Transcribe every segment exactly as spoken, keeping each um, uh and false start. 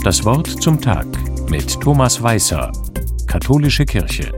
Das Wort zum Tag mit Thomas Weißer, Katholische Kirche.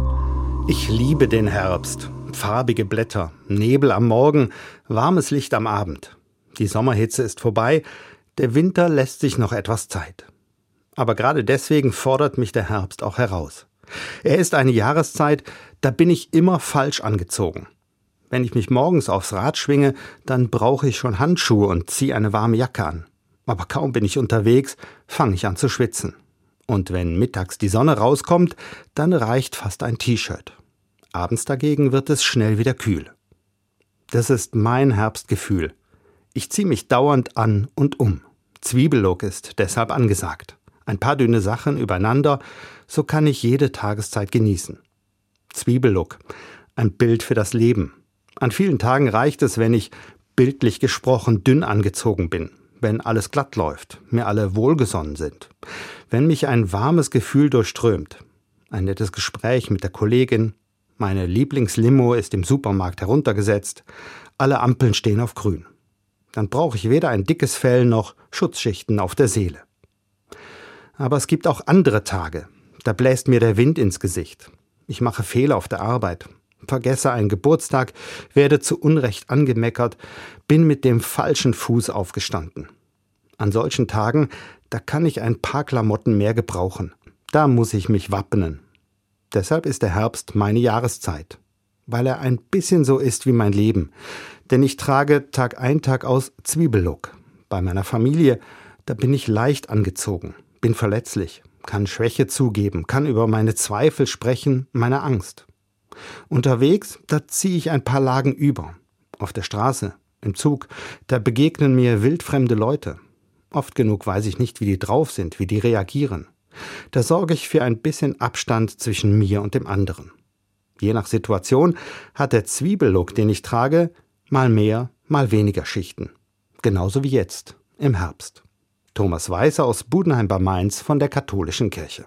Ich liebe den Herbst. Farbige Blätter, Nebel am Morgen, warmes Licht am Abend. Die Sommerhitze ist vorbei, der Winter lässt sich noch etwas Zeit. Aber gerade deswegen fordert mich der Herbst auch heraus. Er ist eine Jahreszeit, da bin ich immer falsch angezogen. Wenn ich mich morgens aufs Rad schwinge, dann brauche ich schon Handschuhe und ziehe eine warme Jacke an. Aber kaum bin ich unterwegs, fange ich an zu schwitzen. Und wenn mittags die Sonne rauskommt, dann reicht fast ein T-Shirt. Abends dagegen wird es schnell wieder kühl. Das ist mein Herbstgefühl. Ich ziehe mich dauernd an und um. Zwiebellook ist deshalb angesagt. Ein paar dünne Sachen übereinander, so kann ich jede Tageszeit genießen. Zwiebellook, ein Bild für das Leben. An vielen Tagen reicht es, wenn ich, bildlich gesprochen, dünn angezogen bin. Wenn alles glatt läuft, mir alle wohlgesonnen sind. Wenn mich ein warmes Gefühl durchströmt. Ein nettes Gespräch mit der Kollegin. Meine Lieblingslimo ist im Supermarkt heruntergesetzt. Alle Ampeln stehen auf grün. Dann brauche ich weder ein dickes Fell noch Schutzschichten auf der Seele. Aber es gibt auch andere Tage. Da bläst mir der Wind ins Gesicht. Ich mache Fehler auf der Arbeit. Vergesse einen Geburtstag, werde zu Unrecht angemeckert, bin mit dem falschen Fuß aufgestanden. An solchen Tagen, da kann ich ein paar Klamotten mehr gebrauchen. Da muss ich mich wappnen. Deshalb ist der Herbst meine Jahreszeit, weil er ein bisschen so ist wie mein Leben. Denn ich trage Tag ein, Tag aus Zwiebellook. Bei meiner Familie, da bin ich leicht angezogen, bin verletzlich, kann Schwäche zugeben, kann über meine Zweifel sprechen, meine Angst. Unterwegs, da ziehe ich ein paar Lagen über. Auf der Straße, im Zug, da begegnen mir wildfremde Leute. Oft genug weiß ich nicht, wie die drauf sind, wie die reagieren. Da sorge ich für ein bisschen Abstand zwischen mir und dem anderen. Je nach Situation hat der Zwiebellook, den ich trage, mal mehr, mal weniger Schichten. Genauso wie jetzt, im Herbst. Thomas Weißer aus Budenheim bei Mainz von der Katholischen Kirche.